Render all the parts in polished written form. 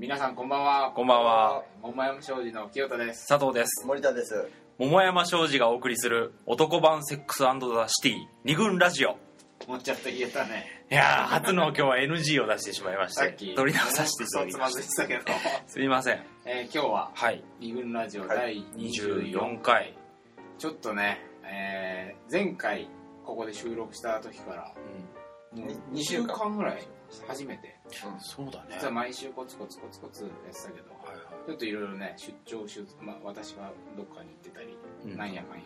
皆さんこんばんは。 こんばんは。 桃山商事の清田です。 佐藤です。 森田です。 桃山商事がお送りする男版セックス&ザ・シティ二軍ラジオ。 もうちょっと言えたね。 いやー、初の今日は NG を出してしまいまして、 さっき取り直させていただきつましまずいてたけど、 た。すいません。 今日ははい。 二軍ラジオ第 24回。 ちょっとね、前回ここで収録した時からもう2週間ぐらい初めて、 そうだね。 実は毎週コツコツやってたけど、 はいはい。 ちょっといろいろね、私がどっかに行ってたり、なんやかんやで、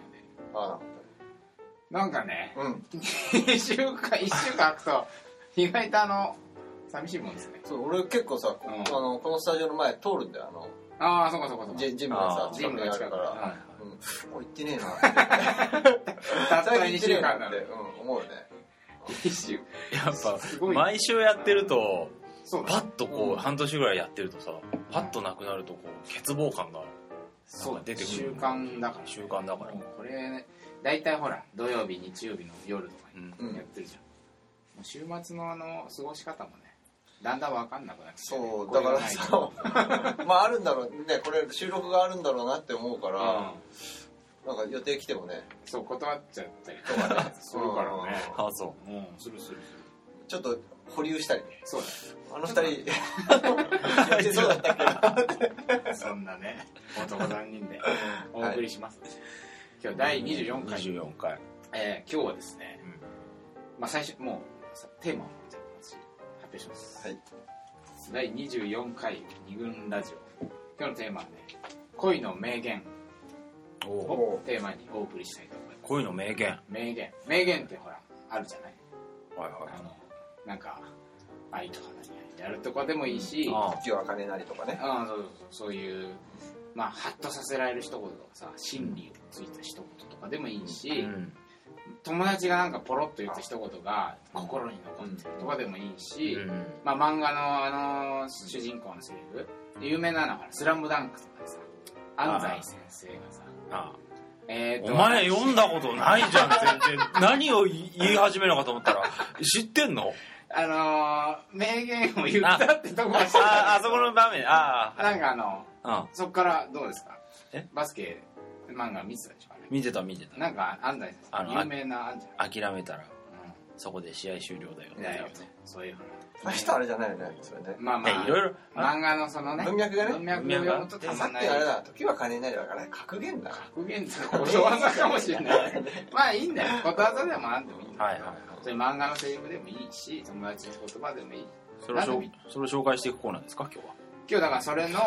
なんかね、1週間空くと意外と寂しいもんですね。 そう、俺結構さ、このスタジオの前通るんだよ。 ああ、そうか。 ジムがさ、 ジムが近くから、 もう行ってねえなって。 たった2週間なんで、 思うよね。 やっぱ毎週やってると、パッとこう半年ぐらいやってるとさ、パッとなくなるとこう欠乏感が出てくる。 習慣だから。 習慣だから。 これ大体ほら土曜日日曜日の夜とかにやってるじゃん。もう週末の過ごし方もね、だんだん分かんなくなってきて、 そうだからさ、まああるんだろうね、これ収録があるんだろうなって思うから、なんか予定来てもね、 そう断っちゃったりとかねするからね。 あ、そう。 する。 ちょっと保留したり。 そうだ。 あの二人言ってそうだったっけ。 そんなね、男3人でお送りします。今日第24回。今日はですね、まあ最初もうテーマを発表します。はい。第24回二軍ラジオ。今日のテーマはね、恋の名言をテーマにお送りしたいと思います。 恋の名言。 名言ってほらあるじゃない。 はいはい。 なんか愛とか何やるとかでもいいし、 時は金なりとかね。 そういうまあハッとさせられる一言とかさ、真理をついた一言とかでもいいし、友達がなんかポロッと言った一言が心に残ってるとかでもいいし、まあ漫画の主人公のセリフ、有名なのはスラムダンクとかでさ、安西先生がさ、 お前読んだことないじゃん全然。何を言い始めるのかと思ったら、知ってんの？ 名言を言ったってとこはあそこの場面。 なんかそっからどうですか？バスケ漫画見てたでしょ？ 見てた。 なんか安西先生有名な諦めたらそこで試合終了だよね。 そういう明日あれじゃないよね、それね。 まあいろいろ漫画のそのね、 文脈がね、 文脈を読むとたまんない。 さっきあれだ、時は金になりだから格言だ。 格言ってことわざかもしれない。まあいいんだよ。ことわざでもなんでもいいんだよ。それ漫画のセリフでもいいし、友達の言葉でもいい。 それを紹介していくコーナーですか、今日は。 今日だからそれの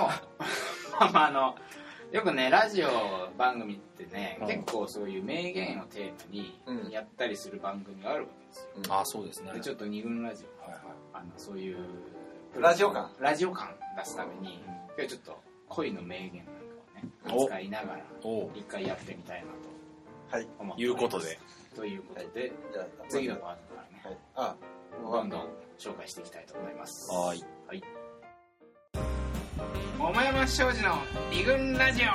よくね、ラジオ番組ってね、結構そういう名言をテーマにやったりする番組があるわけですよ。 あ、そうですね。 でちょっと二軍ラジオ、そういうラジオ感出すために、今日ちょっと恋の名言なんかをね使いながら一回やってみたいなと思っていうことで、 ということで、次のパートからね、どんどん紹介していきたいと思います。はい。桃山商事の二軍ラジ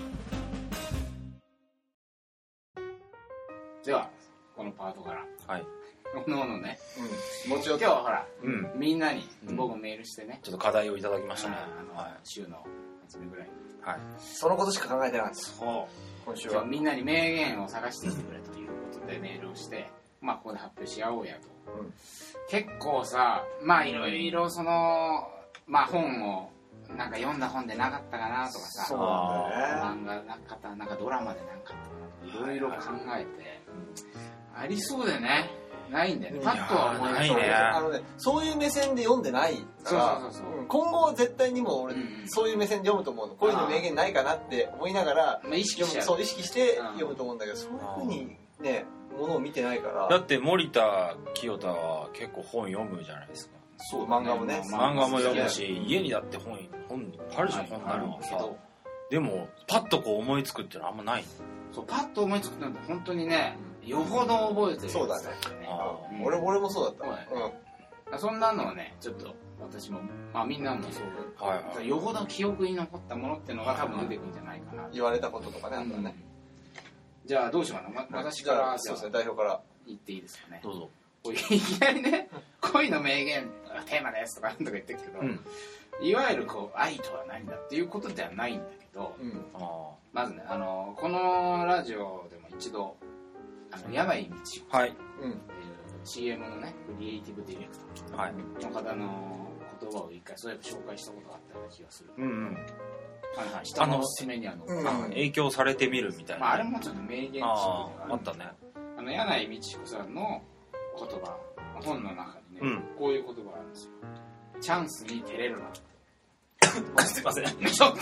オでは、このパートからおのおのね、今日はほら、みんなに僕メールしてね、 ちょっと課題をいただきましたね。 週の初めぐらいに。 そのことしか考えてないんです。 そう。今週はみんなに名言を探してきてくれということでメールをして、まあここで発表し合おうやと。結構さ、まあいろいろまあ本をなんか読んだ本でなかったかなとかさ、漫画なかったなんかドラマでなんかいろいろ考えて、ありそうでね、ないんだよね。パッとは思えないね。 そういう目線で読んでないから、今後は絶対にも俺そういう目線で読むと思うの。こういうの名言ないかなって思いながら意識して読むと思うんだけど、そういう風にね、ものを見てないから。 だって森田清田は結構本読むじゃないですか。 そう、漫画もね。 漫画も読むし、家にだって本あるじゃん、本なのさ。でもパッとこう思いつくっていうのはあんまない。 そう、パッと思いつくなんて本当にね、よほど覚えてる。 そうだね。俺もそうだった。 そんなのをね、ちょっと私も、まあみんなもそう、よほど記憶に残ったものっていうのが多分出てくるんじゃないかな。 言われたこととかね、あったね。 じゃあどうしようかな。私から、 そうですね、代表から言っていいですかね。 どうぞ。 いきなりね、恋の名言テーマですとか言ってるけど、 いわゆるこう愛とは何だっていうことではないんだけど、まずねこのラジオでも一度柳井道子、はい、CM のねクリエイティブディレクターの方の言葉を一回そういえば紹介したことがあったような気がする。人のおすすめに影響されてみるみたいな、 あれもちょっと名言集があったね。 柳井道子さんの言葉、本の中にね、こういう言葉があるんですよ。チャンスに照れるな。 すいません。 ちょっと。ちょっ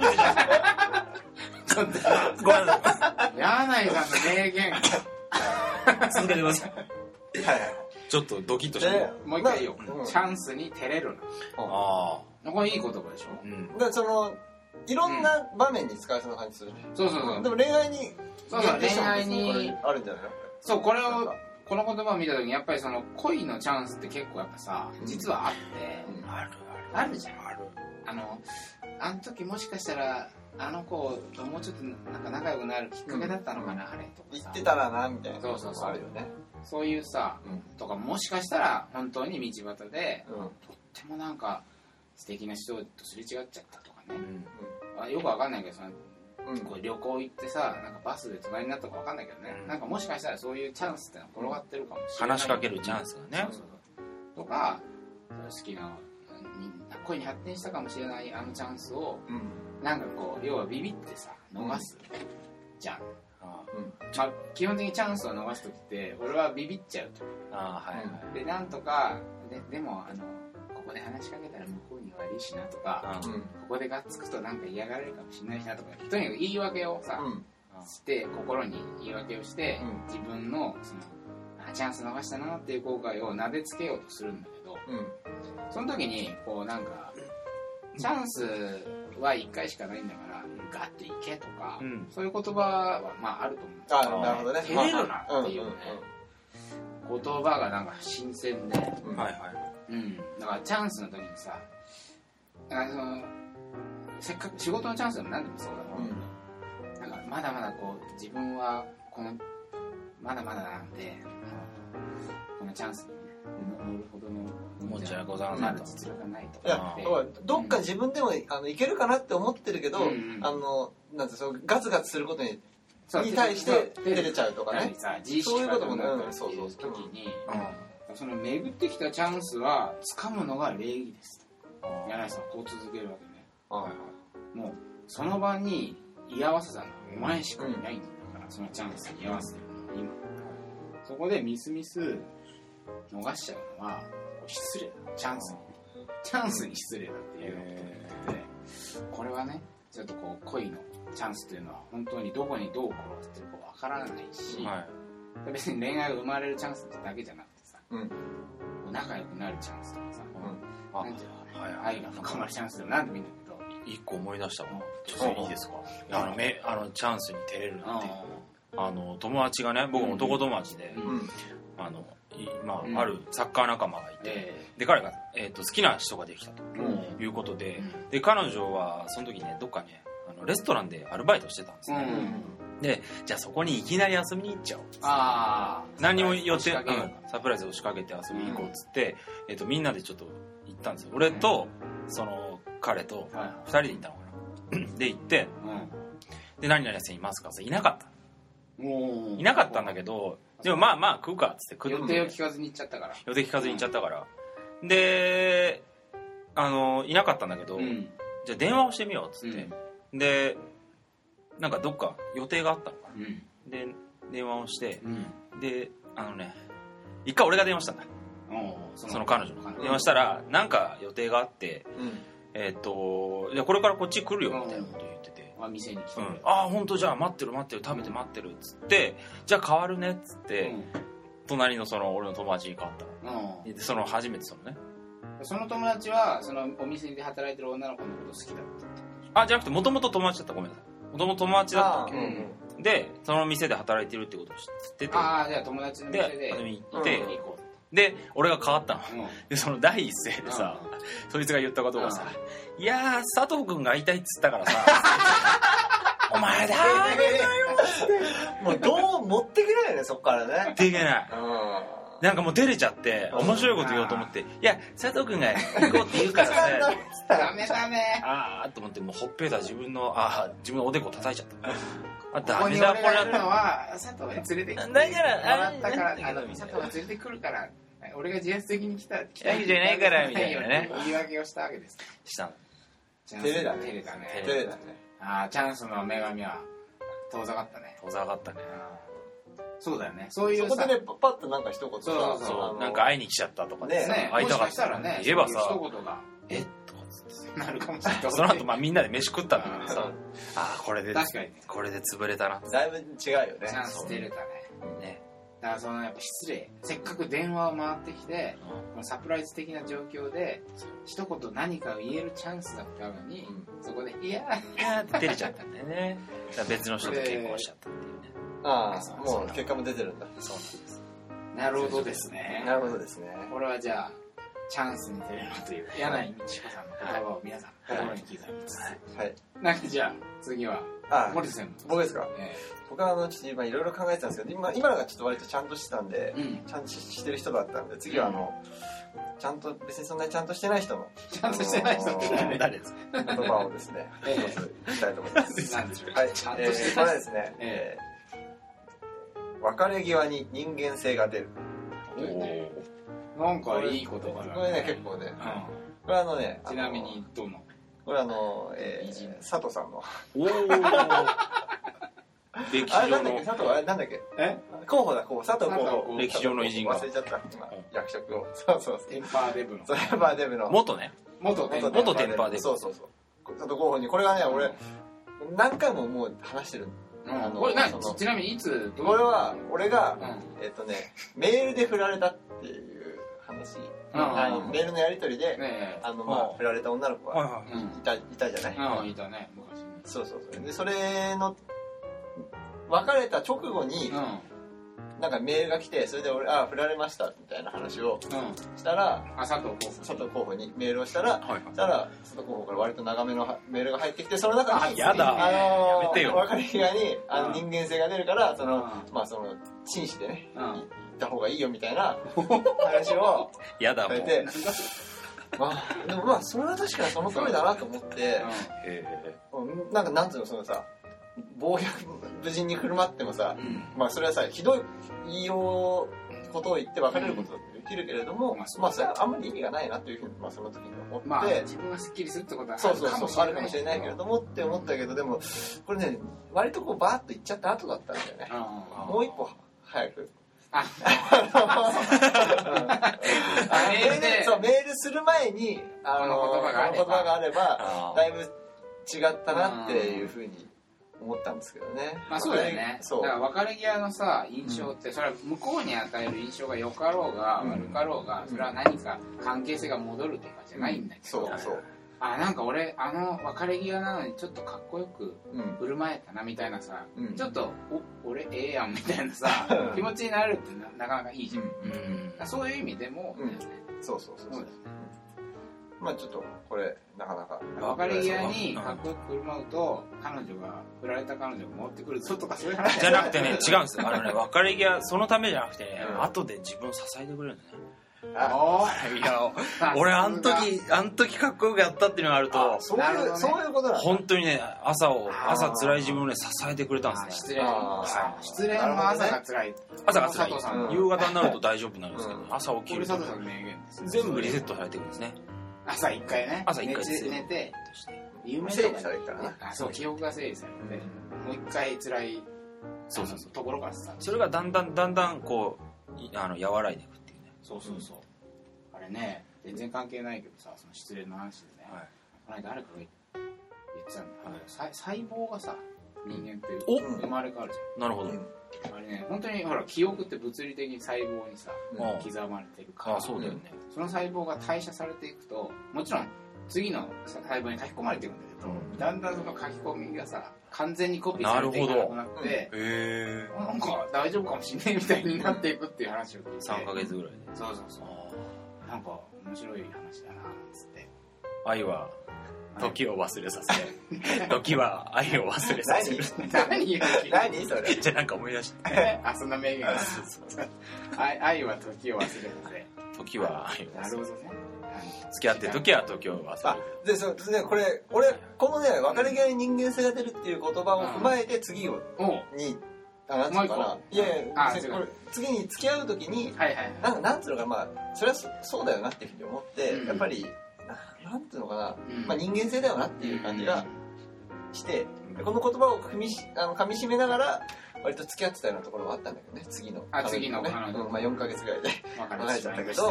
と。ごめんなさい。柳井さんの名言。 続けてください。ちょっとドキッとして。 もう一回言おう。チャンスに照れるな。これいい言葉でしょ。 だからいろんな場面に使えそうな感じする。 そうそうそう。 でも恋愛に恋愛にあるんじゃないの？そう、 この言葉を見た時にやっぱり恋のチャンスって結構やっぱさ、実はあって、あるじゃん。あの時もしかしたらあの子ともうちょっとなんか仲良くなるきっかけだったのかな、あれとか言ってたらなみたいな。 そうそうそう。 あるよね。 そういうさ、とかもしかしたら本当に道端で、とってもなんか素敵な人とすれ違っちゃったとかね。よくわかんないけどこう旅行行ってさ、なんかバスで隣になったかわかんないけどね、なんかもしかしたらそういうチャンスってのは転がってるかもしれない。 話しかけるチャンスがね。 とか、好きな恋に発展したかもしれないあのチャンスを、なんかこう要はビビってさ逃すじゃん。基本的にチャンスを逃す時って俺はビビっちゃうと。でなんとかでもここで話しかけたら向こうに悪いしなとか、ここでがっつくとなんか嫌がられるかもしれないしなとか、とにかく言い訳をさ、して心に言い訳をして、自分のチャンス逃したなっていう後悔をなでつけようとするんだけど、その時にこうなんかチャンスは1回しかないんだからガッていけとか、そういう言葉はまああると思うんですけど、 なるほどね。 照れるなっていうね、言葉がなんか新鮮で、だからチャンスの時にさ、せっかく仕事のチャンスでも何でもそうだろうけど、なんかまだまだこう自分はまだまだなんでこのチャンスに乗るほどのもんじゃござらない実力がないとか、どっか自分でもいけるかなって思ってるけど、なんてガツガツすることに対して照れちゃうとかね、そういうこともなったりする時に、 その巡ってきたチャンスは掴むのが礼儀ですと柳井さんはこう続けるわけね。もうその場に居合わせたのはお前しかいないんだから、そのチャンスに居合わせてるの今そこでミス逃しちゃうのは失礼だ。チャンスに失礼だっていうことで、これはねちょっとこう恋のチャンスというのは本当にどこにどう転がってるかわからないし、別に恋愛が生まれるチャンスだけじゃなくてさ、仲良くなるチャンスとかさ、なんていうの、愛が深まるチャンスでもなんでもいいんだけど、 一個思い出したわ。ちょっといいですか？チャンスに照れるなって、友達がね、僕も男友達で、あるサッカー仲間がいて、で彼が、好きな人ができたということで、で彼女はその時ねどっかねレストランでアルバイトしてたんですね。でじゃあそこにいきなり遊びに行っちゃおう。何にも予定サプライズを仕掛けて遊びに行こうっつって、みんなでちょっと行ったんですよ。俺とその彼と2人で行ったのかな。で行って、で何々さんいますか？いなかった。いなかったんだけど、でもまあ食うかっつって食って、 予定を聞かずに行っちゃったから。 でいなかったんだけど、じゃあ電話をしてみようっつって、でなんかどっか予定があったのかな、で電話をして、で一回俺が電話したんだ。その彼女の電話したらなんか予定があって、じゃあこれからこっち来るよみたいなこと言ってて、 店に来て、 本当じゃあ待ってる食べて待ってるっつって、じゃあ変わるねっつって、隣の俺の友達に変わったの。で初めてその友達はそのお店で働いてる女の子のこと好きだった。 じゃなくてもともと友達だった。ごめんなさい、もともと友達だったわけ、でその店で働いてるってことを知ってて、じゃあ友達の店で行って、で俺が変わったの、でその第一声でさ、そいつが言ったことがさ、いやー佐藤君が会いたいっつったからさお前だーもうどう持っていけないよね、そっからね。 持っていけない。 なんかもう照れちゃって面白いこと言おうと思って、いや佐藤君が行こうって言うからさダメダメああと思って、もうほっぺた自分のおでこ叩いちゃった。 ここに俺がいるのは佐藤が連れてきてもらったから佐藤が連れてくるから俺が自発的に来たわけじゃないからみたいなね言い訳をしたわけです。 したの。 照れだね。 チャンスの女神は遠ざかったね。 遠ざかったね。 そうだよね。そういうそこでねパッとなんか一言そうなんか会いに来ちゃったとかね。 会いたかったらね。 言えばさ一言がなるかもしれない。 その後みんなで飯食ったんだけどさ、これで確かにこれで潰れたな。 だいぶ違うよね。 チャンス照れたね。だからそのやっぱ失礼。せっかく電話を回ってきて、サプライズ的な状況で一言何かを言えるチャンスだったのに、そこでいやーって照れちゃったんだよね。別の人と結婚しちゃったっていうね。 もう結果も出てるんだ。 そうなんです。 なるほどですね。 なるほどですね。 これはじゃあチャンスに照れろという柳井美智子さんの言葉を皆さん心に刻みつつ、なんかじゃあ次は森田さん。 僕ですか。僕はちょっと今いろいろ考えてたんですけど、今のがちょっと割とちゃんとしてたんで、ちゃんとしてる人だったんで、次はちゃんと別にそんなにちゃんとしてない人のちゃんとしてない人って誰ですか。 言葉をですね、一つ言いたいと思います。 何でしょう。 はい、これはですね、別れ際に人間性が出る。 なんかいい言葉だね。 これね結構ね、これね、 ちなみにどの？ これ佐藤さんの。 歴史上の佐藤なんだっけ？候補だ佐藤候補。 歴史上の偉人が忘れちゃった今役職を。そうテンパーデブの。 テンパーデブの元テンパーデブ。 そう佐藤候補にこれがね俺何回ももう話してる。 これちなみにいつ？ これは俺がメールで振られたっていう話。メールのやり取りで振られた女の子がいたじゃない。 いたね昔。 そうでそれの別れた直後になんかメールが来て、それで俺振られましたみたいな話をしたら、 佐藤候補にメールをしたら佐藤候補から割と長めのメールが入ってきて、その中にやめてよ。 別れ際に人間性が出るから紳士でね言った方がいいよみたいな話をやだもん。 でもそれは確かにその通りだなと思って、なんつうのそのさ。暴虐無人に振る舞ってもさ、それはさひどいことを言って別れることだってできるけれども、それはあんまり意味がないなというふうにその時に思って、 自分がスッキリするってことはあるかもしれないけれどもって思ったけど、でもこれね割とバーッと言っちゃった後だったんだよね。もう一歩早くメールする前にこの言葉があればだいぶ違ったなっていうふうに思ったんですけどね。 そうだよね。だから別れ際のさ印象ってそれは向こうに与える印象が良かろうが悪かろうが、それは何か関係性が戻るとかじゃないんだけど、なんか俺別れ際なのにちょっとかっこよく振る舞えたなみたいなさ、ちょっと俺やんみたいなさ気持ちになるってなかなかいいじゃん。そういう意味でもそうちょっとこれなかなか別れ際にかっこよく振る舞うと振られた彼女が持ってくるぞとかそういう話じゃなくてね、違うんですよ。別れ際そのためじゃなくてね、後で自分を支えてくれるんだね。いや俺あん時かっこよくやったっていうのがあると、 そういうことだ。 本当にね朝辛い自分をね支えてくれたんですね。 失恋の朝が辛い。 夕方になると大丈夫なんですけど、朝起きると全部リセットされていくんですね。 朝一回ね。寝て夢とか記憶が整理されてもう一回辛いところからスタート。 それがだんだんこう和らいでいくっていうね。 そうあれね全然関係ないけどさ、その失恋の話でね、この間誰かが言ってたんだけど、細胞がさ人間って生まれ変わるじゃん。 なるほど。 あれね本当にほら記憶って物理的に細胞にさ刻まれてるから、 そうだよね。 その細胞が代謝されていくともちろん次の細胞に書き込まれていくんだけど、だんだんその書き込みがさ完全にコピーされていかなくなって、なんか大丈夫かもしんないみたいになっていくっていう話を聞いて、 3ヶ月ぐらいで。 そうなんか面白い話だなっつって。 愛は時を忘れさせ時は愛を忘れさせる何それじゃあなんか思い出してあ、そんな名言が愛は時を忘れさせ時は愛を忘れなるほどね付き合ってる時は時を忘れるでそうねこれ俺このね別れ際に人間性が出るっていう言葉を踏まえて次をになんつうのかないやいやこれ次に付き合う時になんつうのかまあそれはそうだよなっていうふうに思ってやっぱりなんていうのかな、まあ、人間性だよなっていう感じがして、この言葉を噛み締めながら割と付き合ってたようなところもあったんだけどね次の次の彼女、 まあ、4ヶ月ぐらいで別れちゃったけど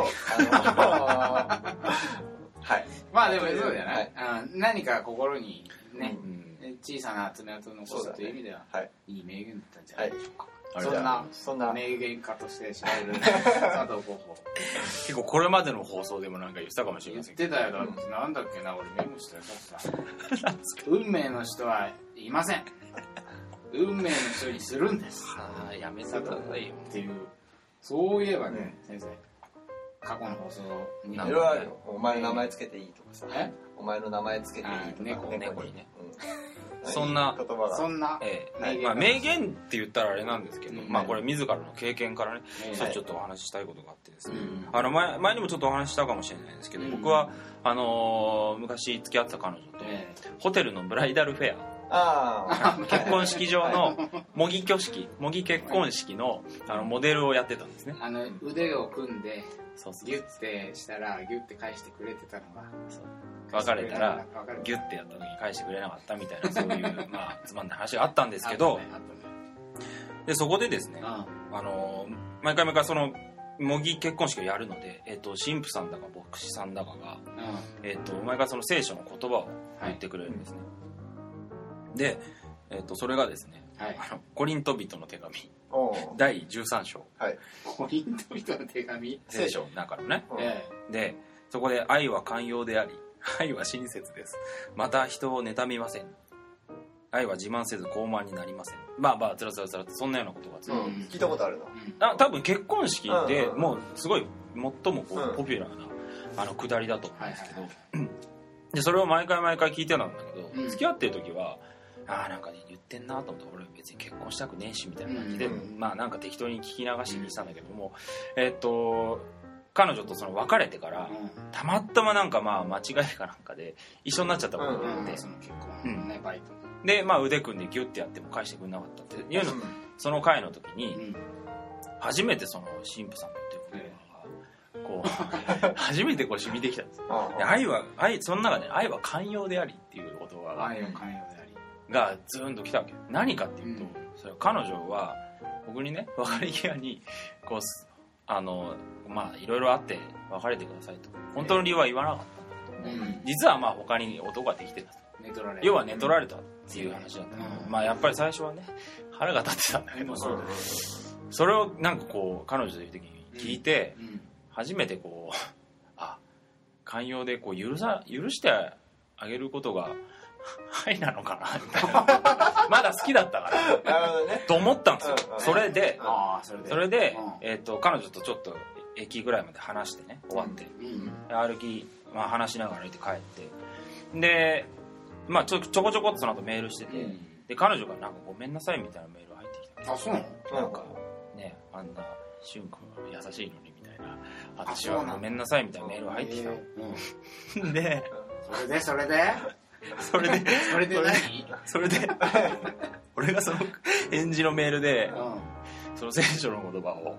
はいまあでもそうじゃない、何か心にね、小さな爪痕を残すという意味では、いい名言だったんじゃないでしょうか。そんな名言家として知られる佐藤候補結構これまでの放送でもなんか言ってたかもしれませんけど言ってたよだってなんだっけな俺メモしたよさ運命の人はいません運命の人にするんですやめてくださいよっていうそういえばね、先生過去の放送にいろいろあるよお前の名前つけていいとかさお前の名前つけていいとか猫にねそんな名言って言ったらあれなんですけど、まあこれ自らの経験からね、ちょっとお話ししたいことがあってですね、前にもちょっとお話ししたかもしれないんですけど、僕は昔付き合ってた彼女とホテルのブライダルフェア結婚式場の模擬結婚式のモデルをやってたんですね。 腕を組んでギュッてしたらギュッて返してくれてたのが別れたらギュッてやった時に返してくれなかったみたいなそういうまあつまんない話があったんですけどでそこでですね毎回その模擬結婚式をやるので神父さんだか牧師さんだかが毎回その聖書の言葉を言ってくれるんですね。でそれがですねコリント人の手紙第13章コリント人の手紙聖書の中のねでそこで愛は寛容であり愛は親切です。また人を妬みません。愛は自慢せず高慢になりません。まあつらってそんなようなことが聞いたことあるの。 多分結婚式でもうすごい最もこうポピュラーなくだりだと思うんですけど、でそれを毎回聞いてたんだけど、付き合ってる時はなんか言ってんなと思って俺別に結婚したくねえしみたいな感じで、まあなんか適当に聞き流して聞いてたんだけども彼女とその別れてから、たまたまなんかまあ間違いかなんかで一緒になっちゃったことがあって、 その結婚ねバイトでまあ腕組んでギュッてやっても返してくれなかったっていうの、その回の時に、初めてその神父さんの言ってる言葉がこう初めてこう染みてきたんです。その中で愛は寛容でありっていう言葉が愛は寛容でありがズーンときたわけ。何かっていうと、それは彼女は僕にね別れ際にこうまあいろいろあって別れてくださいと本当の理由は言わなかったんだけど、実はまあ他に男ができてたと、要は寝取られたっていう話だった、まあやっぱり最初はね腹が立ってたんだけど、それをなんかこう彼女という時に聞いて、初めてこう寛容でこう許してあげることが愛なのかなみたいなまだ好きだったからと思ったんですよ。それで彼女とちょっと駅ぐらいまで話してね終わって、歩き、まあ、話しながら歩いて帰ってで、まあ、ちょこちょこっとその後メールしてて、で彼女がなんかごめんなさいみたいなメール入ってきた。 そうなの？ なんかねあんな俊君優しいのにみたいな、私はごめんなさいみたいなメールが入ってきた。でそれで俺がその返事のメールで、その聖書の言葉を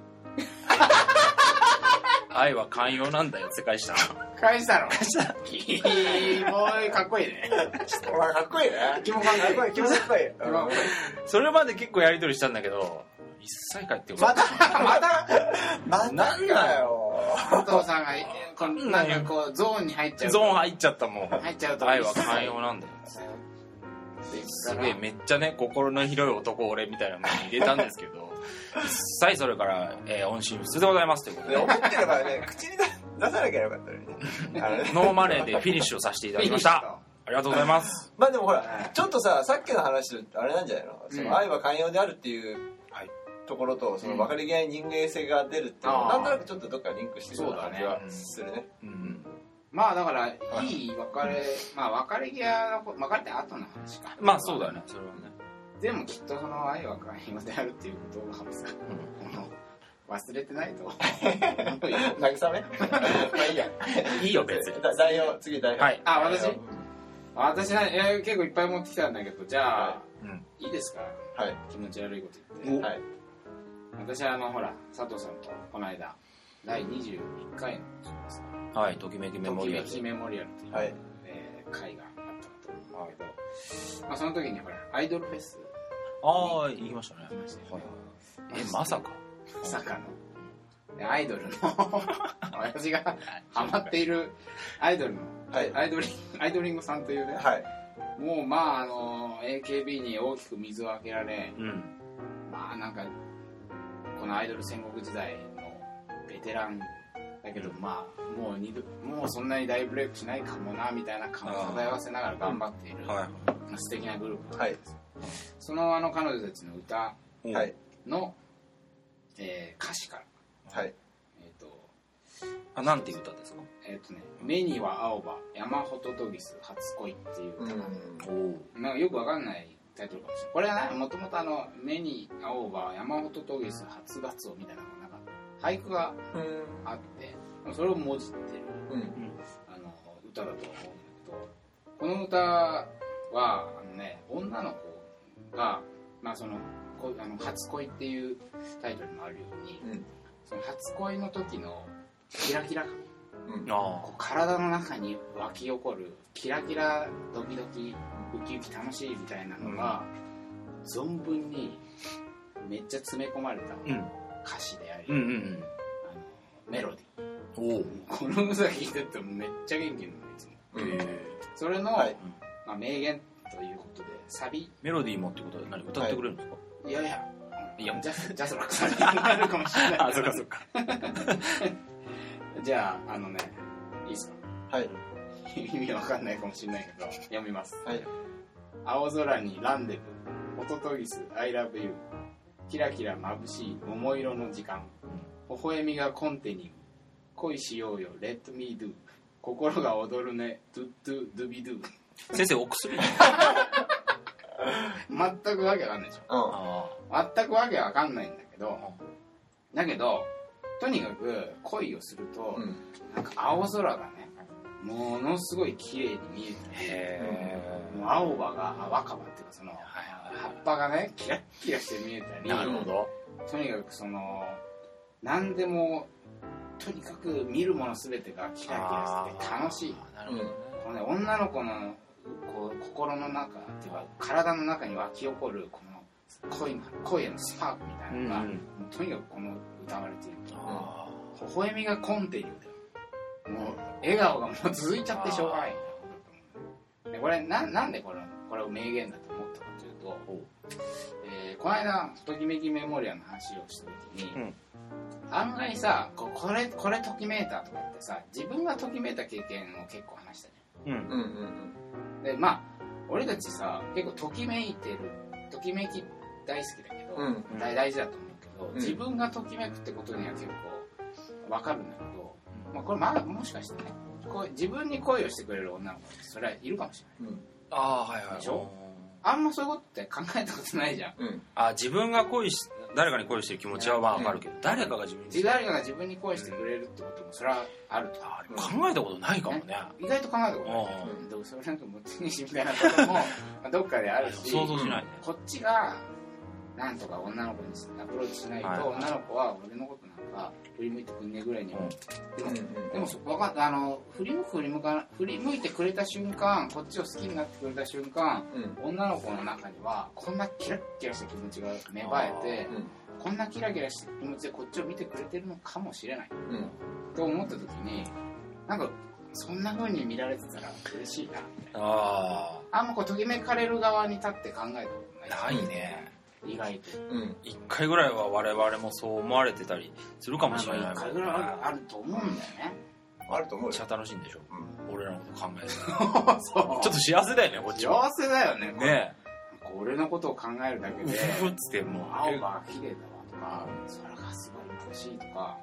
愛は寛容なんだよって返したの。 返したのキモいかっこいいね。 かっこいいね。キモかっこいい。 それまで結構やり取りしたんだけど一切返ってこない。 なんだよ。 お父さんがなんかこうゾーンに入っちゃう。 ゾーン入っちゃったもん。 入っちゃうと愛は寛容なんだよ。すげえめっちゃね心の広い男俺みたいなものに入れたんですけど一切それから音信不通でございますということで、 思ってればね口に出さなきゃよかったのにね。 ノーマネーでフィニッシュをさせていただきました。ありがとうございます。 まあでもほらちょっとさっきの話とあれなんじゃないの、その愛は寛容であるっていうところとその別れ際に人間性が出るっていうのはなんとなくちょっとどっかリンクしてるような感じはするね。 まあだからいい別れ、まあ別れ際の別れて後の話か。 まあそうだよね、それはね。 でもきっとその愛は寛容であるっていうことをさ、忘れてないと。 慰めまあいいや。 いいよ別に。 次代表。 はい。 私結構いっぱい持ってきたんだけど、じゃあ、いいですか？ はい。 気持ち悪いこと言って。はい。私ほら、佐藤さんとこの間、第21回の、 はい、ときめきメモリアル。 ときめきメモリアルという、会があったかと思うんだけど、まあその時にほら、アイドルフェス。 ああ、行きましたね。まさか。 まさかの。アイドルの私がハマっているアイドルの、アイドリングさんというね、もうまあAKB に大きく水をあけられ、まあなんかこのアイドル戦国時代のベテランだけど、まあもうそんなに大ブレイクしないかもなみたいな感を漂わせながら頑張っている、素敵なグループなんですよ。その彼女たちの歌の、歌詞から、 なんていう歌ですか？ 目には青葉山ホトトギス初恋っていう歌なんかよくわかんないタイトルかもしれない。これはね、もともと目に青葉山ホトトギス初ガツオみたいなのがなんか俳句があって、それをもじってる、歌だと思うんだけど、この歌は女の子が、まあ、初恋っていうタイトルもあるように、その初恋の時のキラキラ感、体の中に湧き起こるキラキラドキドキウキウキ楽しいみたいなのが、存分にめっちゃ詰め込まれた歌詞であり、メロディー、この歌聴いててもめっちゃ元気になるいつも、それの、まあ、名言ということでサビメロディーもってことで何歌ってくれるんですか？ いやジャスラックさんになるかもしれない。 そっかそっか。 じゃあいいですか？ はい。 意味わかんないかもしれないけど読みます。 はい。 青空にランデブーホトトギス I love you キラキラ眩しい桃色の時間微笑みがコンティニュー恋しようよ Let me do 心が踊るねドゥドゥドゥビドゥ。 先生お薬全くわけわかんないでしょ。全くわけわかんないんだけど、とにかく恋をすると、なんか青空がねものすごい綺麗に見えたり、もう青葉が若葉っていうかその葉っぱがねキラッキラして見えたり、 なるほど。 とにかく何でもとにかく見るもの全てがキラキラしてて楽しい。 なるほどね。 このね、女の子のこう心の中っていうか体の中に湧き起こるこの恋へのスパークみたいなのが、とにかくこの歌われている。微笑みがコンティニューだよ。もう笑顔がもう続いちゃってしょうがない。でこれなんでこれを名言だと思ったかというと、この間ときめきメモリアルの話をした時に、案外さこれときめいたとかってさ自分がときめいた経験を結構話したじゃん。でまあ俺たちさ結構ときめき大好きだけど、大事だと思うけど、自分がときめくってことには結構分かるんだけど、まあ、これもしかしてね自分に恋をしてくれる女の子ってそれはいるかもしれない、でしょ？あんまそういうことって考えたことないじゃん、 自分が誰かに恋してる気持ちは分かるけど、誰かが自分に恋してくれるってこともそれはあると、 考えたことないかもね。 意外と考えたことない。でもそれなんか持ち主みたいなこともどっかであるし、 想像しないね。 こっちがなんとか女の子にアプローチしないと、女の子は俺のことなんか振り向いてくんねえぐらいに思って、でも振り向いてくれた瞬間、こっちを好きになってくれた瞬間、女の子の中にはこんなキラッキラした気持ちが芽生えて、こんなキラキラした気持ちでこっちを見てくれてるのかもしれない、と思った時に、なんかそんな風に見られてたら嬉しいなみたいな。あんまときめかれる側に立って考えたことない。 ないね。 意外と。 一回ぐらいは我々もそう思われてたりするかもしれない。 一回ぐらいあると思うんだよね。 あると思うよ。 めっちゃ楽しいんでしょ。俺らのこと考えてたそう。 ちょっと幸せだよね、こっちは。 幸せだよね。 ね俺のことを考えるだけで、 ふふっつってもう青葉が綺麗だわとか、空がすごい美しいとか、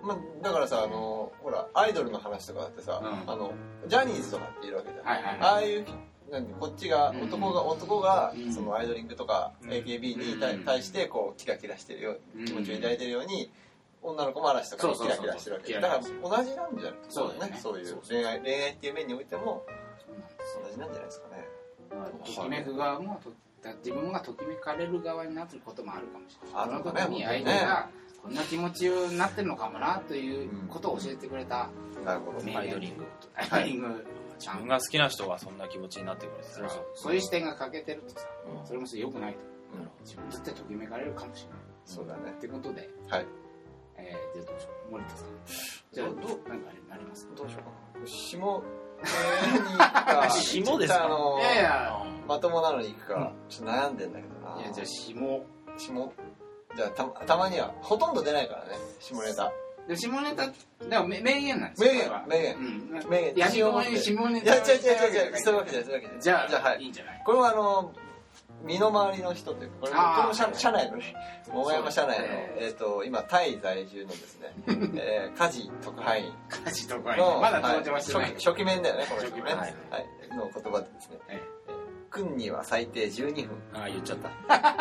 だからさほらアイドルの話とかだってさ、ジャニーズとかっているわけじゃん、ああいうこっちが男がそのアイドリングとか AKB に対してこうキラキラしてるよ気持ちを抱いてるように女の子も嵐とかにキラキラしてるわけだから同じなんじゃないですかね。そういう恋愛っていう面においても同じなんじゃないですかね。 ときめく側も自分がときめかれる側になってることもあるかもしれない。 あるのかね。 その時に相手がこんな気持ちになってるのかもなということを教えてくれたアイドリング自分が好きな人がそんな気持ちになってくれてたらそういう視点が欠けてるとさ、それも良くないと。自分だってときめかれるかもしれない。 そうだね。 ってことで、 はい。 じゃあどうしよう、森田さん。じゃあなんかありますか。 どうしようかな。下ですか。 いやいや、 まともなのに行くかちょっと悩んでんだけどな。 いやじゃあ下じゃあたまにはほとんど出ないからね下ネタ。 で下ネタでも名言なんですよ。名言。 やみくもに下ネタ。 いや違うそういうわけじゃない。 じゃあはいいいんじゃない。 これは身の回りの人というかこれも社内のね桃山社内の今タイ在住のですね家事特派員まだ登場してない初期面だよねこの人ねの言葉でですね君には最低12分。 言っちゃった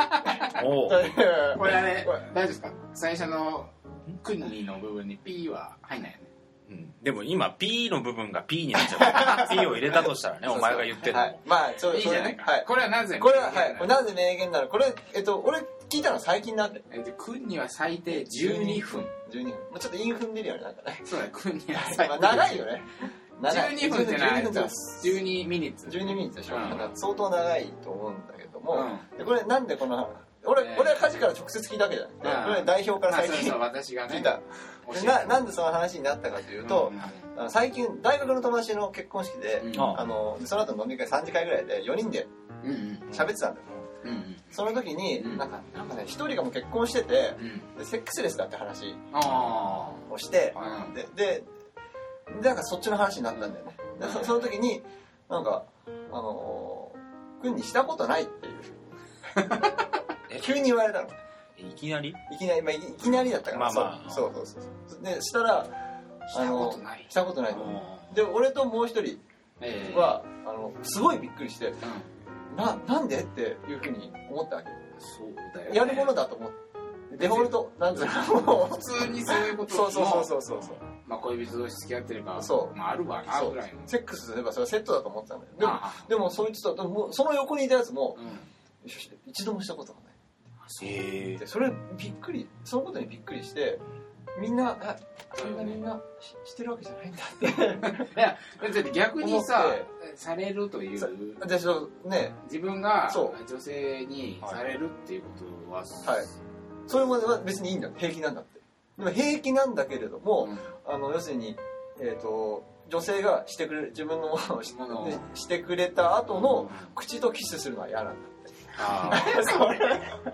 これ大丈夫ですか。最初の君にの部分に P は入んないよね。 でも今 P の部分が P になっちゃった P を入れたとしたらねお前が言ってるのもまあそういいじゃないか。これはなぜこれはなぜ名言なの。これ俺聞いたの最近なんで君には最低12分ちょっと韻踏んでるよねなんかね。 そうだ君には最低長いよね。 12分ってのは12ミニッツでしょ。相当長いと思うんだけどもこれなんでこの俺は家事から直接聞いたわけじゃなくてこれ代表から最近聞いた。なんでその話になったかというと最近大学の友達の結婚式でその後飲み会3次会ぐらいで4人で喋ってたんだよ。その時になんかね1人がもう結婚しててセックスレスだって話をしてでなんかそっちの話になったんだよね。その時になんか君にしたことないっていう急に言われたの。 いきなりだったからそうでしたらしたことないで俺ともう一人はすごいびっくりしてなんでっていうふうに思ったわけ。 そうだよやるものだと思ってデフォルトなんつうの普通にそういうことそうまあ恋人同士付き合ってるからまああるわなぐらいのセックスすればそれはセットだと思ってたんだよ。でもそいつとその横にいたやつも一度もしたことがない。それびっくりそのことにびっくりしてみんなそんなみんなしてるわけじゃないんだって。 いやだって逆にさされるという自分が女性にされるっていうことはそれまでは別にいいんだ平気なんだって。でも平気なんだけれども要するに女性がしてくれる自分のものをしてくれた後の口とキスするのは嫌なんだって。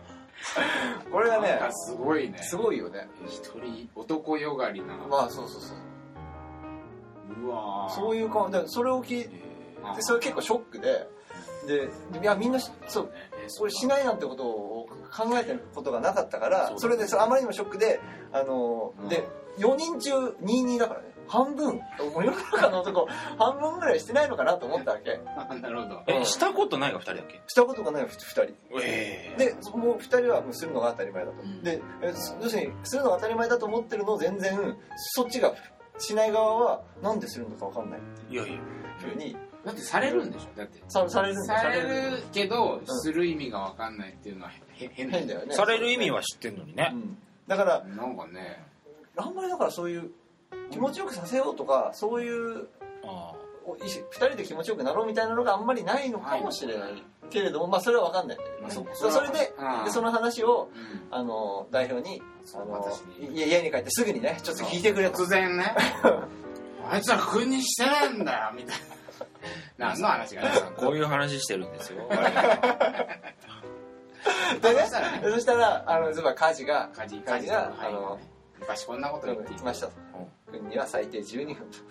これがねすごいね。 すごいよね。 一人男よがりな。 まあそううわそういう感じでそれを聞いてそれ結構ショックでいやみんなそうこれしないなんてことを考えてることがなかったからそれであまりにもショックでで4人中22だからね半分世の中の男半分ぐらいしてないのかなと思ったわけ。 なるほど。 したことないが2人だっけ。 したことがないが2人でもう2人はもうするのが当たり前だと。で要するにするのが当たり前だと思ってるのを全然そっちがしない側はなんでするのか分かんないっていうふうに。 だってされるんでしょ。だってされるけどする意味が分かんないっていうのは変だよね。 される意味は知ってんのにね。 だからなんかねあんまりだからそういう気持ちよくさせようとかそういう2人で気持ちよくなろうみたいなのがあんまりないのかもしれないけれどもまあそれは分かんないんだけどそれでその話を代表に家に帰ってすぐにねちょっと聞いてくれ突然ねあいつは君にしてないんだよみたいな何の話がねこういう話してるんですよ。 でねそしたら家事が昔こんなこと言ってきましたと。君には最低12分と。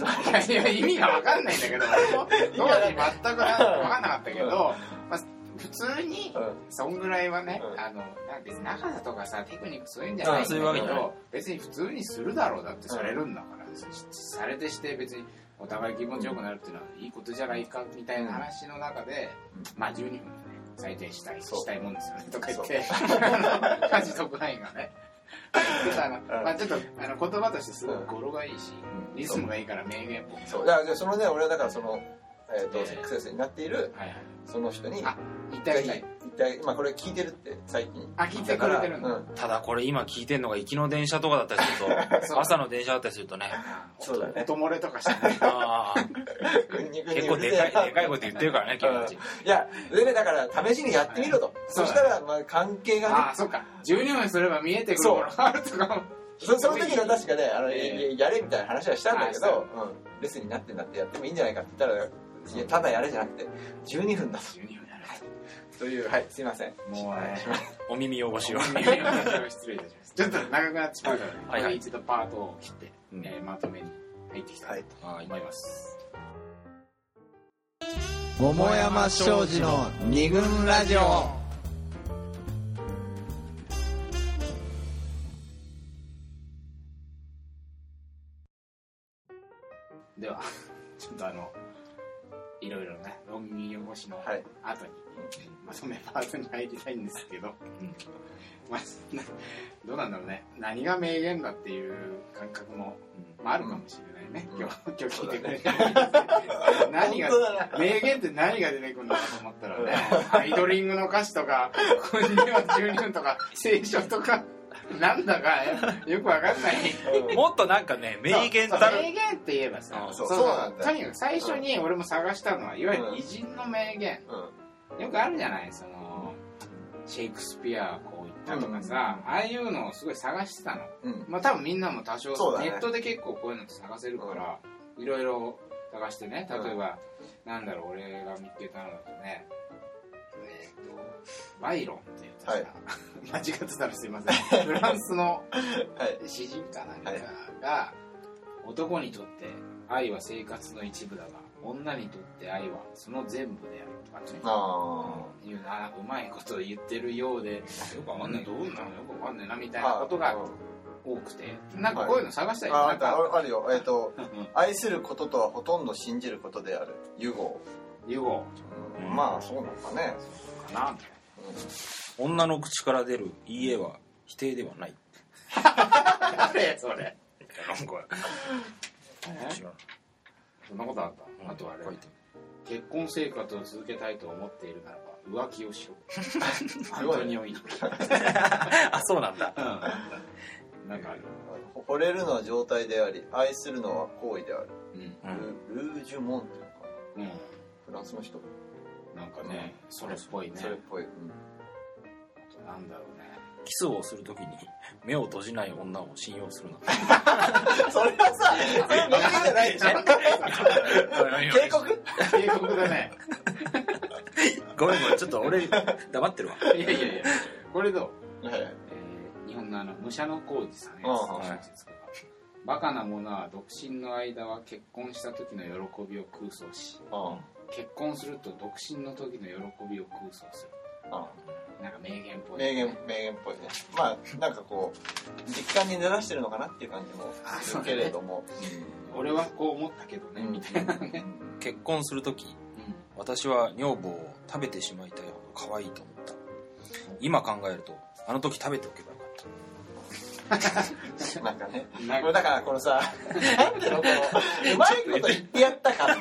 いや意味が分かんないんだけど当時全く分かんなかったけど普通にそんぐらいはね、別に長さとかさテクニックそういうんじゃないんだけど、別に普通にするだろうだってされるんだから、されてして別にお互い気持ちよくなるっていうのはいいことじゃないかみたいな話の中で、まあ12分でね採点したいもんですよねとか言って家事特派員がねまあちょっと言葉としてすごく語呂がいいし、リズムがいいから名言っぽく。 そうだからそのね、俺はだからそのセックスレスになっているその人に言ってあげたい。 今これ聞いてるって最近聞いてくれてるんだ。 ただこれ今聞いてんのが行きの電車とかだったりすると朝の電車だったりするとね、 そうだね、 音漏れとかしてね結構でかいこと言ってるからね、君たち。 いやでだから試しにやってみろと。そしたらまあ関係がね、 そうか、12分すれば見えてくるものがあるとかも。 その時の確かねやれみたいな話はしたんだけど、レッスンになってんだってやってもいいんじゃないかって言ったら、いやただやれじゃなくて12分だと。12分やれという、はい、すいません、 もうお耳汚しを失礼いたしますちょっと長くなってしまうからね、一度パートを切ってまとめに入っていきたいと思います。 桃山商事の二軍ラジオ。 ではちょっといろいろね論議汚しの後に、まとめパートに入りたいんですけど、まあどうなんだろうね、何が名言だっていう感覚も、あるかもしれないね、今日聞いてくれて何が名言って何が出てくるのかと思ったらね、アイドリングの歌詞とか個人では12分とか聖書とかなんだかよくわかんないもっとなんかね、名言名言って言えばさ、とにかく最初に俺も探したのは、いわゆる偉人の名言、よくあるじゃない、そのシェイクスピアこう言ったとかさ、ああいうのをすごい探してたの、まあ多分みんなも多少ネットで結構こういうのって探せるから、いろいろ探してね、例えばなんだろう、俺が見つけたのだとね、バイロンっていうさ、間違ってたらすいませんフランスの詩人かなんかが、男にとって愛は生活の一部だが女にとって愛はその全部であるとかね、いううまいことを言ってるようで、よくわかんない、どうなのよくわかんないなみたいなことが多くて、なんかこういうの探したりあるよ。愛することとはほとんど信じることである。ユゴ。まあそうなのかね。 かなみたいな。 女の口から出るいいえは否定ではない。 誰それ。そんなことあった。あとあれ、結婚生活を続けたいと思っているならば浮気をしろ。アントニオ猪木。 あ、そうなんだ。 なんかある。 惚れるのは状態であり、愛するのは行為である。ルージュモンっていうのかな。フランスの人。 なんかね、それっぽいね。 それっぽい。 なんだろうね。 キスをするときに目を閉じない女を信用するな。 それはさ、それ名言じゃないじゃん。 警告だね。 ごめん、ちょっと俺黙ってるわ。 いやこれどう？日本の武者の浩二さんのやつ。バカな者は独身の間は結婚した時の喜びを空想し、結婚すると独身の時の喜びを空想する。なんか名言っぽい、 名言っぽいね。まあなんかこう実感に照らしてるのかなっていう感じもするけれども、 俺はこう思ったけどね、みたいなね。 結婚する時、私は女房を食べてしまいたいほど可愛いと思った。今考えるとあの時食べておけばよかった。 なんかね、だからこのさ、なんていうの、このうまいこと言ってやったか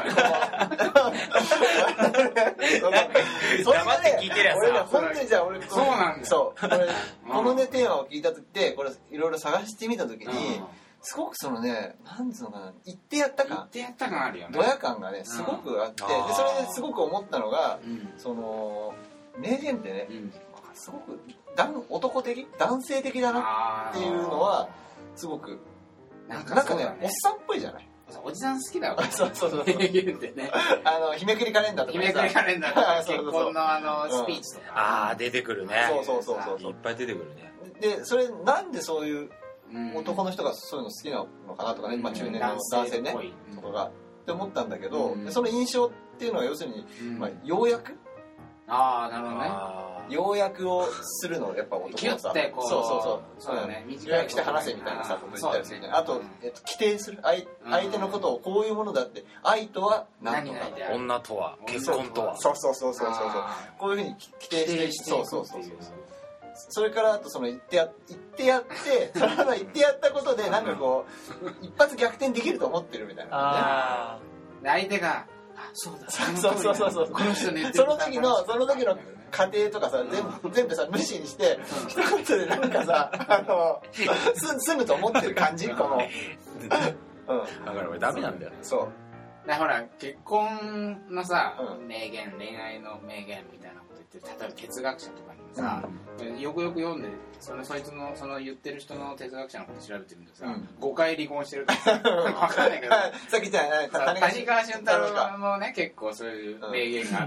それがね、俺ね、本当にじゃあ俺、 そうなんだ。 そう、このねテーマを聞いた時で、これいろいろ探してみた時に、すごくそのね、なんつうのかな、言ってやった感あるよね。 ドヤ感がね、すごくあって、でそれですごく思ったのが、その名言ってね、すごく男的、男性的だなっていうのはすごくなんかね、おっさんっぽいじゃない。 おじさん好きだよ。 そう名言ってね。 日めくりカレンダーとか、 日めくりカレンダーとか、結婚のスピーチとか。 出てくるね。 そういっぱい出てくるね。 でそれなんでそういう男の人がそういうの好きなのかなとかね、まあ中年の男性ねとかがって思ったんだけど、その印象っていうのは要するに、まあ要約ああなるほどね。 要約をするのやっぱ男はさ、そうだね、要約して話せみたいなさこと言ったりするじゃん。あと規定する相手のことをこういうものだって、愛とは何とか、 女とは、結婚とは、 そうこういうふうに規定して、そうそれからあとその言ってやってその言ってやったことでなんかこう一発逆転できると思ってるみたいなね。相手がそうこの人ね、その時の過程とかさ全部さ無視にして一言でなんかさ済むと思ってる感じ、このだから俺ダメなんだよね。 そうだからほら結婚のさ名言、恋愛の名言みたいなこと言ってる、例えば哲学者とかにもさ、よく読んでそいつのその言ってる人の哲学者のこと調べてみるとさ、5回離婚してるから分かんないけど、 さっき言った谷川俊太郎もね結構そういう名言があって、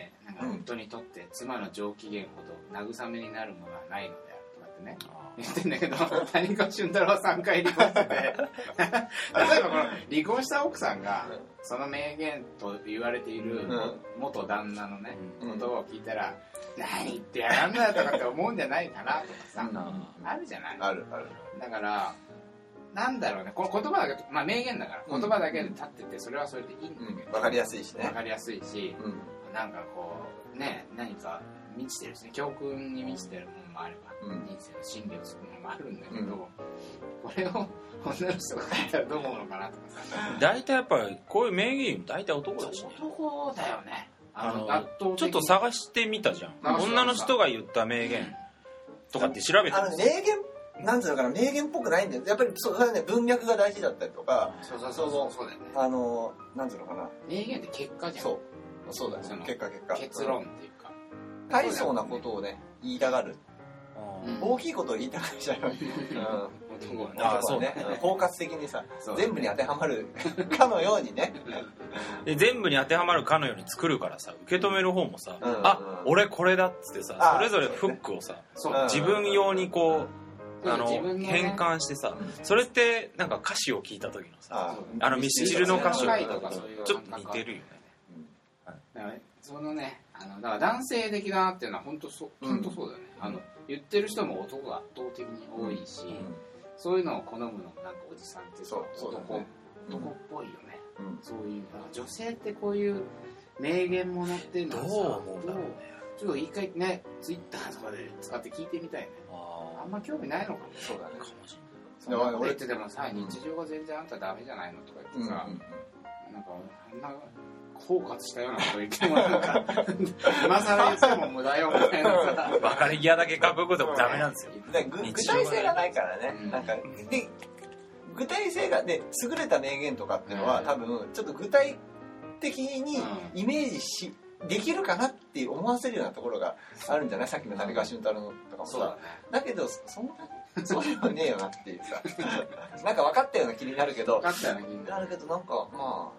なんか夫にとって妻の上機嫌ほど慰めになるものはないのであるとかってね言ってんだけど、谷川俊太郎は3回離婚してて例えばこの離婚した奥さんがその名言と言われている元旦那のね言葉を聞いたら、何言ってやがんだよとかって思うんじゃないかなとかさ、あるじゃない。 あるだからなんだろうね、この言葉だけ、まあ名言だから言葉だけで立っててそれはそれでいいんだけど、 分かりやすいしね、 分かりやすいし、なんかこうね、何か満ちてるしね、教訓に満ちてるものもあれば、人生の真理をするものもあるんだけど、これを女の人が書いたらどう思うのかなとかさ。 大体やっぱりこういう名言大体男だしね。 男だよね。 ちょっと探してみたじゃん。女の人が言った名言とかって調べてる。 名言なんつうのかな、名言っぽくないんだよ。やっぱりそれはね、文脈が大事だったりとか、 そうだよね。 なんつうのかな、 名言って結果じゃん。 そうだよ、結果結論っていうか大層なことをね言いたがる、大きいことを言いたがるじゃん。そうね、包括的にさ全部に当てはまるかのようにねで全部に当てはまるかのように作るからさ、受け止める方もさ、俺これだっつってさ、それぞれフックをさ、自分用にこう変換してさ、それってなんか歌詞を聞いた時のさ、ミスチルの歌詞とかちょっと似てるよね。 そのね、だから男性的だなっていうのは本当そうだよね。言ってる人も男が圧倒的に多いし、そういうのを好むのもなんかおじさんって男っぽいよね。そういう女性ってこういう名言ものっていうのはさ、 どう思うんだろうね。 ちょっと一回ね、ツイッターとかで使って聞いてみたいね。あんま興味ないのかも。 そうだね。 そんなこと言っててもさ、日常が全然あんたダメじゃないのとか言ってさ、なんかあんな包括したようなこと言ってもなんか今更言っても無駄よみたいなさ、 別れ際だけかっこよくてもダメなんですよ。 具体性がないからね。なんかで具体性がで優れた名言とかっていうのは多分ちょっと具体的にイメージできるかなって思わせるようなところがあるんじゃない？さっきの谷川俊太郎のとかもさ。だけどそんなそういうのねえよなっていうさなんか分かったような気になるけど分かったような気になるけど、なんかまあ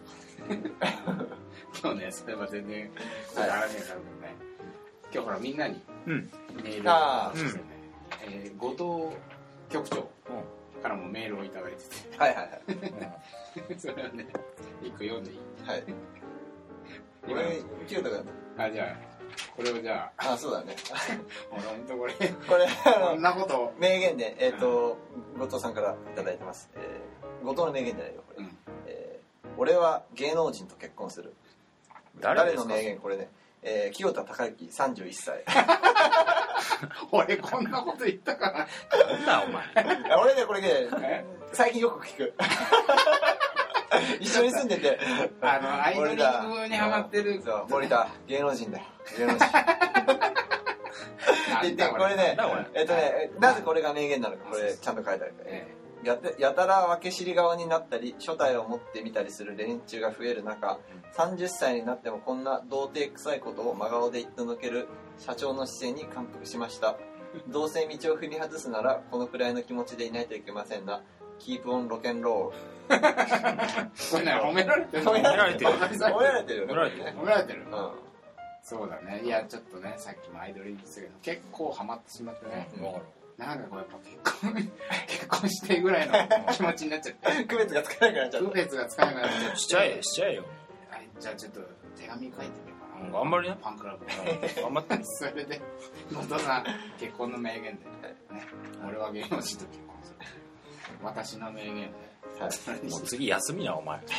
今日ね、それは全然話になるけどね、今日ほらみんなにメールをしてね、後藤局長からもメールをいただいてて、 はいはいそれをね一個読んでいい？ はい。これ清田君。 じゃあこれをじゃあ。そうだね。 ほら本当これこんなこと名言で後藤さんからいただいてます。後藤の名言じゃないよこれ。俺は芸能人と結婚する。誰の名言これね。清田孝之31歳。 俺こんなこと言ったかな。 なんだお前。 俺ねこれね最近よく聞く。一緒に住んでてアイドリングにハマってる。 そう森田芸能人だよ。芸能人。でこれねなぜこれが名言なのかこれちゃんと書いてあるから。やたら分け知り側になったり初体を持ってみたりする連中が増える中、30歳になってもこんな童貞臭いことを真顔で言ってのける社長の姿勢に感服しました。どうせ道を踏み外すならこのくらいの気持ちでいないといけませんな。キープオンロケンロール。 これね褒められてる。 褒められてるよね。 そうだね。いやちょっとね、さっきもアイドル言ってたけど結構ハマってしまってね。なんかこうやっぱ結婚してぐらいの気持ちになっちゃって区別がつかなくなっちゃって。 区別がつかなくなっちゃって。 しちゃえよ。 じゃあちょっと手紙書いてみようかな。 頑張りな。 ファンクラブ頑張って。 それで元さん結婚の名言で、ね、俺は芸能人と結婚する、私の名言で、 もう次休みなお前。 もう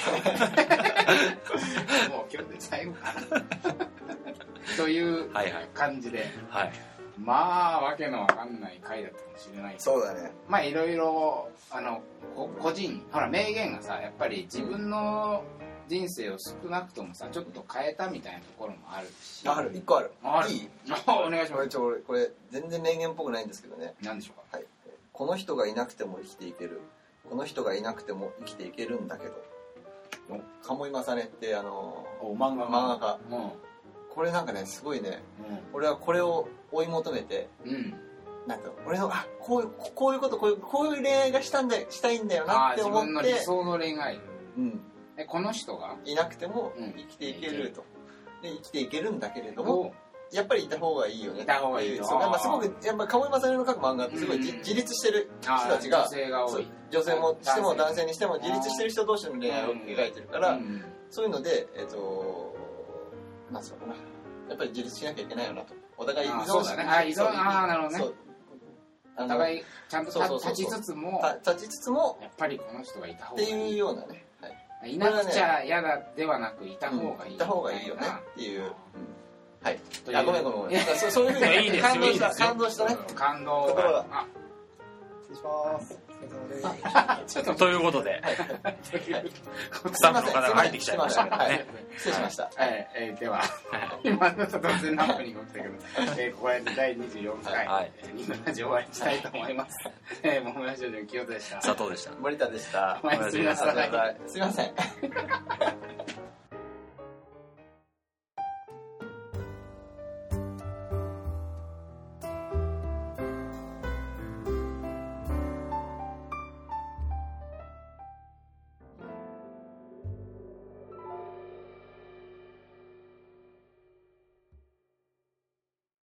今日で最後かなという感じで、 はい、 まあわけのわかんない回だったかもしれないけど、 そうだね。 まあいろいろ個人ほら名言がさやっぱり自分の人生を少なくともさちょっと変えたみたいなところもあるし、 ある、一個ある。いい？ お願いします。 これ全然名言っぽくないんですけどね。 何でしょうか。 はい。この人がいなくても生きていける。この人がいなくても生きていけるんだけど。鴨井正音って漫画家。これなんかねすごいね。俺はこれを追い求めて。なんか俺のこういうことこういう恋愛がしたいんだよなって思って。 自分の理想の恋愛。この人がいなくても生きていけると。で生きていけるんだけれども。やっぱりいた方がいいよね。 いた方がいいよ。 すごくやっぱ鴨井正音の書く漫画ってすごい自立してる人たちが、女性もしても男性にしても自立してる人同士の恋愛を描いてるから、そういうのでなんつうのかな、やっぱり自立しなきゃいけないよなと。お互い依存してなるほどね。お互いちゃんと立ちつつもやっぱりこの人がいた方がいいっていうようなね。 いなくちゃ嫌だではなくいた方がいい。 いた方がいいよねっていう。はい。ごめん。そういうふうに感動したね。 感動ところが。 失礼します。 ということで、スタッフの方が入ってきちゃいましたけどね。 失礼しました。 では、今の突然ラップに起きたけど、これで第24回、ニグラジオ終わりにしたいと思います。桃屋少女清田でした。 佐藤でした。 森田でした。 おやすみなさい。 すみません。